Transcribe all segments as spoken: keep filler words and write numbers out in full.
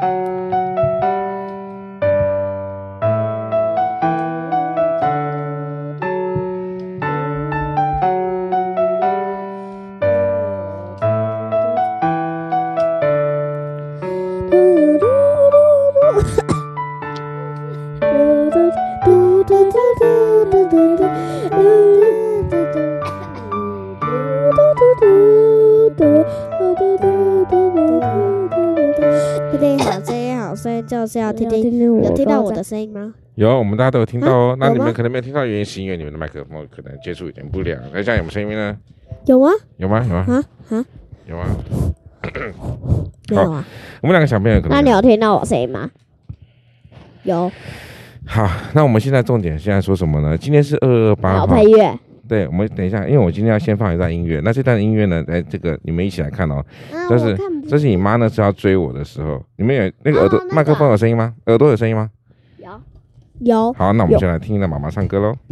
听好声音好，所以就是要听听。有听到我的声音吗？ 有，我们大家都有听到哦。那你们可能没有听到原因，是因为你们的麦克风可能接触有点不良。那这样有没有声音呢？ 有啊。 有吗？有吗？ 啊啊， 有吗？ 没有啊。 我们两个小朋友可能。 那你有听到我声音吗？有。 好，那我们现在重点现在说什么呢？今天是二二八号。 有配乐。 对，我们等一下，因为我今天要先放一段音乐。那这段音乐呢，来这个你们一起来看哦。 啊、 这是这是你妈那时候要追我的时候，你们有那个耳朵、哦那个、麦克风有声音吗？耳朵有声音吗？ 有有。 好，那我们先来听那妈妈唱歌喽。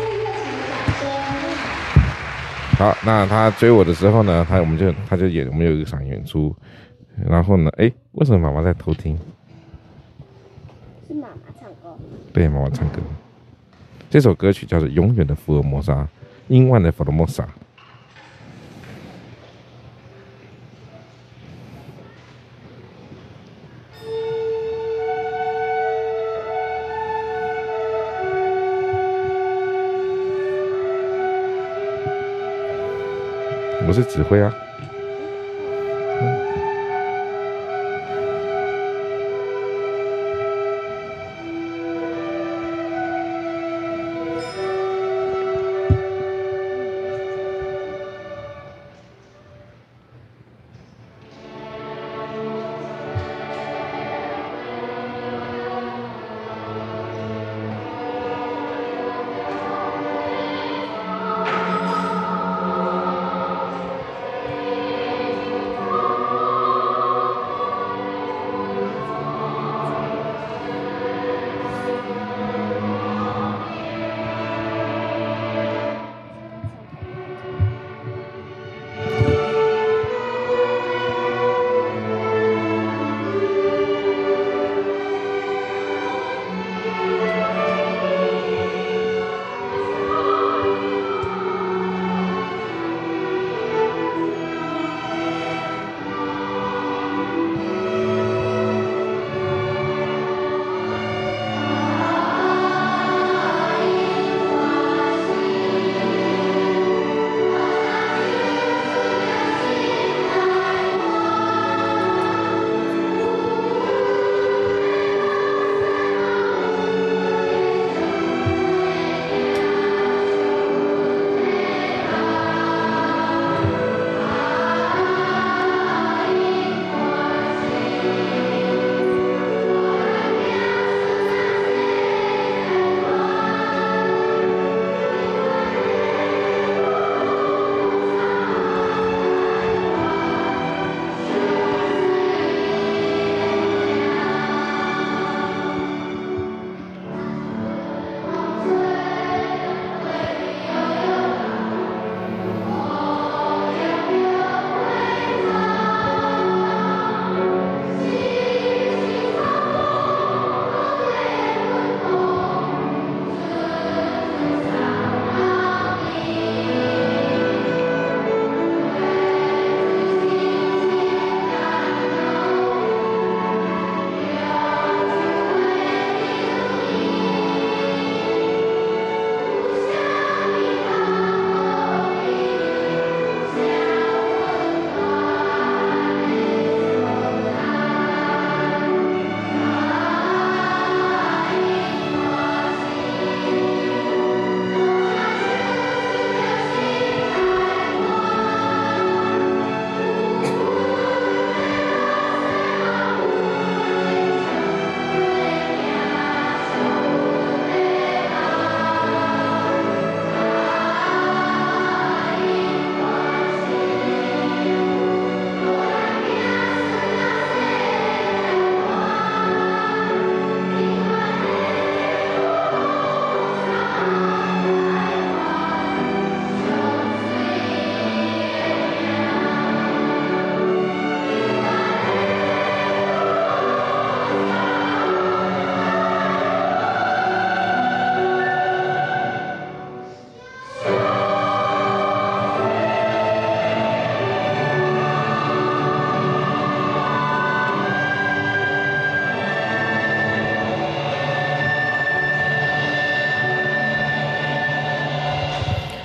好，那她追我的时候呢，她我们就她就演我们有一场演出，然后呢，哎，为什么妈妈在偷听？ 是妈妈唱歌。 对，妈妈唱歌。这首歌曲叫做《永远的福尔摩沙》。英万的福尔摩沙，我是指挥啊。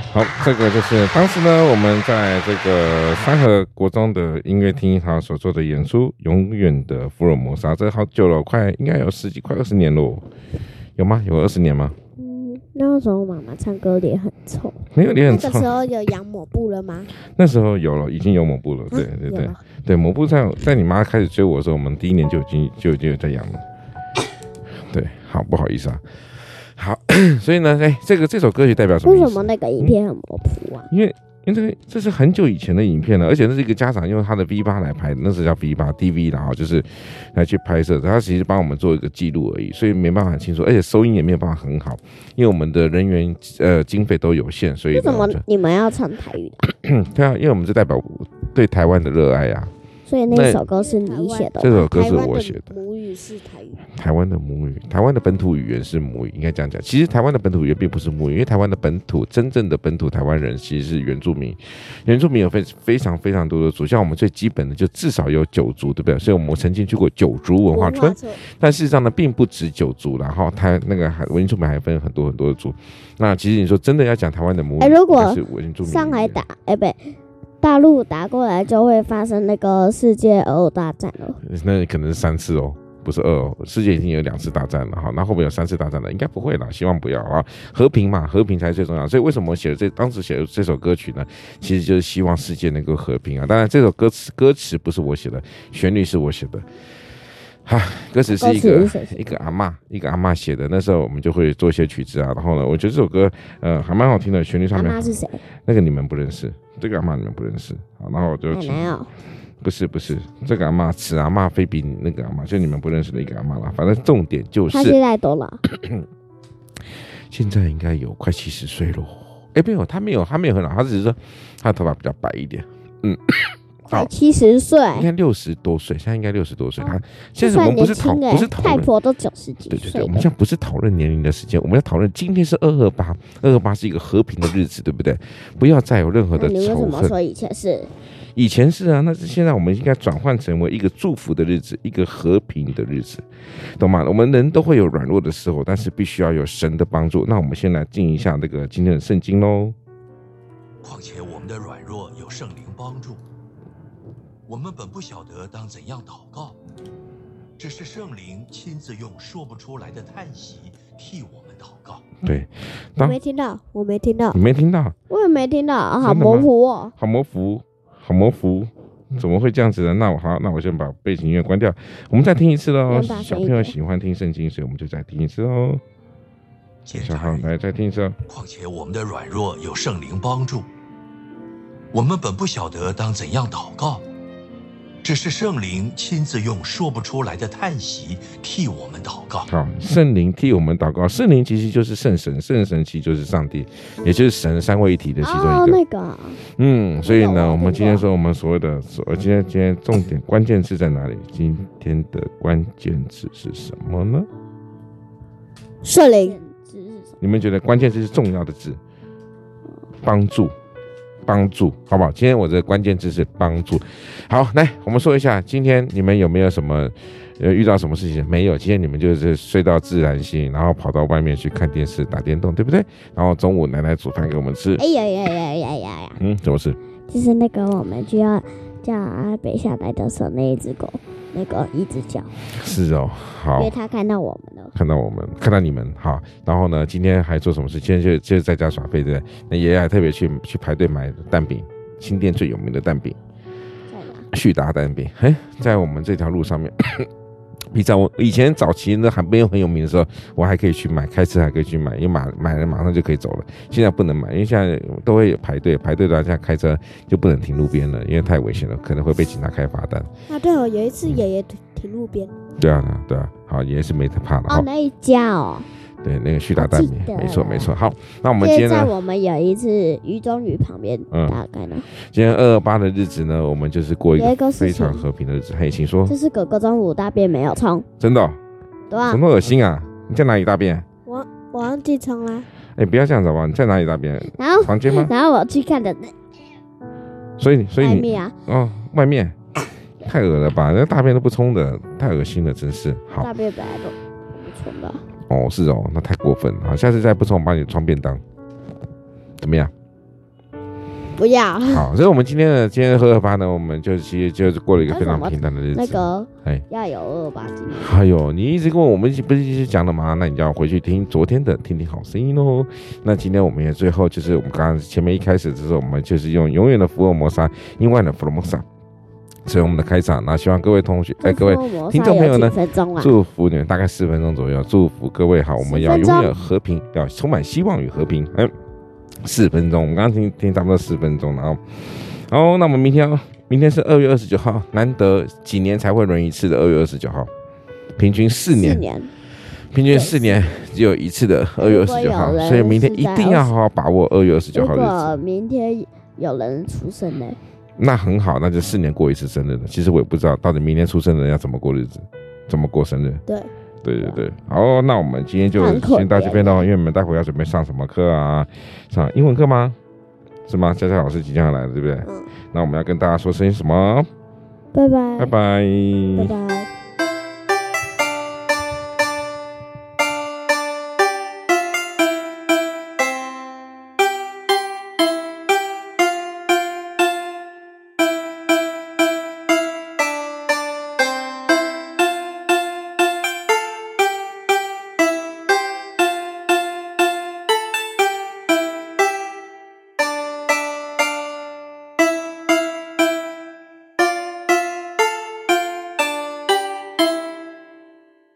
好，这个就是当时呢，我们在这个三和国中的音乐厅哈所做的演出《永远的福尔摩沙》，这好久了，快应该有十几快二十年了，有吗？有二十年吗？ 嗯，那时候妈妈唱歌脸很臭， 没有脸很臭。 那个时候有养抹布了吗？ 那时候有了，已经有抹布了，对对对对，抹布在在你妈开始追我的时候，我们第一年就已经就已经有在养了。对，好，不好意思啊。好，所以呢，哎，这个这首歌曲代表什么意思？ 为什么那个影片很模糊啊？ 嗯、因为因为这个这是很久以前的影片了，而且那是一个家长用他的 V 八 来拍的，那是叫 V 八 D V 然后就是来去拍摄的，他其实帮我们做一个记录而已，所以没办法很清楚，而且收音也没有办法很好，因为我们的人员呃经费都有限，所以为什么你们要唱台语的？ 对啊，因为我们是代表对台湾的热爱呀、啊。 所以那首歌是你写的？ 这首歌是我写的。 母语是台语。 台湾的母语，台湾的本土语言是母语，应该这样讲。其实台湾的本土语言并不是母语，因为台湾的本土真正的本土台湾人其实是原住民。原住民有非非常非常多的族，像我们最基本的就至少有九族，对不对？所以我们曾经去过九族文化村，但事实上呢，并不止九族，然后台那个原住民还分很多很多的族。那其实你说真的要讲台湾的母语， 欸、如果是原住民上海打，哎、欸、不。大陆打过来就会发生那个世界俄乌大战了， 那可能是三次哦，不是二哦。世界已经有两次大战了哈，那后面有三次大战了，应该不会啦，希望不要啊。和平嘛，和平才是最重要。所以为什么我写的这当时写的这首歌曲呢？其实就是希望世界能够和平啊。当然，这首歌词歌词不是我写的，旋律是我写的。哈，歌词是一个一个阿嬷一个阿嬷写的，那时候我们就会做一些曲子啊。然后呢，我觉得这首歌呃还蛮好听的，旋律上面。 阿嬷是谁？ 那个你们不认识，这个阿嬷你们不认识。好，然后我就奶奶哦， 不是不是，这个阿嬷此阿嬷非比那个阿嬷，就你们不认识的一个阿嬷啦。反正重点就是她现在多老？ 现在应该有快七十岁了。哎，没有，她没有，她没有很老，她只是说她的头发比较白一点。嗯。 才七十岁， 应该六十多岁，现在应该六十多岁。他、哦、现在我们不是讨不是讨论， 太婆都九十几岁。 对对对，我们现在不是讨论年龄的时间，我们要讨论今天是二二八，二二八是一个和平的日子，对不对？不要再有任何的仇恨。 你为什么说以前是？ 以前是啊，那是现在我们应该转换成为一个祝福的日子，一个和平的日子，懂吗？我们人都会有软弱的时候，但是必须要有神的帮助。那我们先来进一下那个今天的圣经喽。 况且我们的软弱有圣灵帮助。我们本不晓得当怎样祷告，只是圣灵亲自用说不出来的叹息替我们祷告。 对， 我没听到，我没听到， 你没听到， 我也没听到，好模糊哦， 好模糊，好模糊，怎么会这样子呢？那我好，那我先把背景音乐关掉，我们再听一次喽。小朋友喜欢听圣经，所以我们就再听一次喽。小孩来再听一次。 况且我们的软弱有圣灵帮助，我们本不晓得当怎样祷告。只是圣灵亲自用说不出来的叹息替我们祷告。 好，圣灵替我们祷告。圣灵其实就是圣神，圣神其实就是上帝，也就是神三位一体的其中一个。 哦，那个。 嗯，所以呢，我们今天说我们所谓的，我今天今天重点关键字在哪里？今天的关键字是什么呢？ 圣灵。 你们觉得关键字是重要的字？帮助。帮助，好不好？今天我的关键字是帮助。好，来，我们说一下，今天你们有没有什么呃遇到什么事情？没有，今天你们就是睡到自然醒，然后跑到外面去看电视、打电动，对不对？然后中午奶奶煮饭给我们吃。 哎呀呀呀呀呀呀！ 嗯，什么事？ 就是那个我们就要叫阿北下来的时候，那一只狗那个一直叫。 是哦，好， 因为他看到我们了， 看到我们，看到你们，好。然后呢，今天还做什么事？今天就就是在家耍废，对不对？那爷爷还特别去去排队买蛋饼，新店最有名的蛋饼， 在哪？ 旭达蛋饼，哎，在我们这条路上面。比在我以前早期呢还没有很有名的时候，我还可以去买，开车还可以去买，因为买买了马上就可以走了。现在不能买，因为现在都会排队，排队的话，现在开车就不能停路边了，因为太危险了，可能会被警察开罚单。 啊，对哦，有一次爷爷停路边。 对啊，对啊，好，爷爷是没得怕的。 哦，那一家哦。 对，那个旭达蛋饼，没错没错。好，那我们今天呢？ 在我们有一次鱼中鱼旁边，大概呢。 今天二二八的日子呢，我们就是过一个非常和平的日子。嘿，请说。 这是哥哥中午大便没有冲。 真的、哦？ 对啊。 怎么恶心啊？你在哪里大便？ 我我忘记冲了。 哎，不要这样子好不好？你在哪里大便？ 然后房间吗？ 然后我去看的。 所以所以你外面啊？ 哦，外面。太恶了吧？那大便都不冲的，太恶心了，真是。好。 大便本来都不冲的。 哦，是哦，那太过分了。好，下次再不冲，我把你装便当，怎么样？ 不要。 好，所以我们今天的今天的二二八呢，我们就其实就是过了一个非常平淡的日子。 那个， 哎， 要有二二八今天。 哎呦，你一直跟我们不是一直讲了吗？那你就要回去听昨天的，听听好声音哦。那今天我们也最后就是我们刚刚前面一开始的时候，我们就是用永远的福尔摩沙，另外的福尔摩沙。所以我们的开场，那希望各位同学，哎，各位听众朋友呢，祝福你们大概四分钟左右，祝福各位好，我们要永远和平，要充满希望与和平。嗯，四分钟，我们刚刚听听差不多四分钟了啊。好，那我们明天，明天是二月二十九号，难得几年才会轮一次的二月二十九号，平均四年，四年平均四年只有一次的二月二十九号，所以明天一定要好好把握二月二十九号日子。 如果明天有人出生呢？ 那很好，那就四年过一次生日了。其实我也不知道到底明年出生的人要怎么过日子，怎么过生日。 对， 对对对。好，那我们今天就先到这边喽，因为我们待会要准备上什么课啊？上英文课吗？是吗？佳佳老师即将要来了，对不对？嗯。那我们要跟大家说声什么？ 拜拜。 拜拜。 拜拜。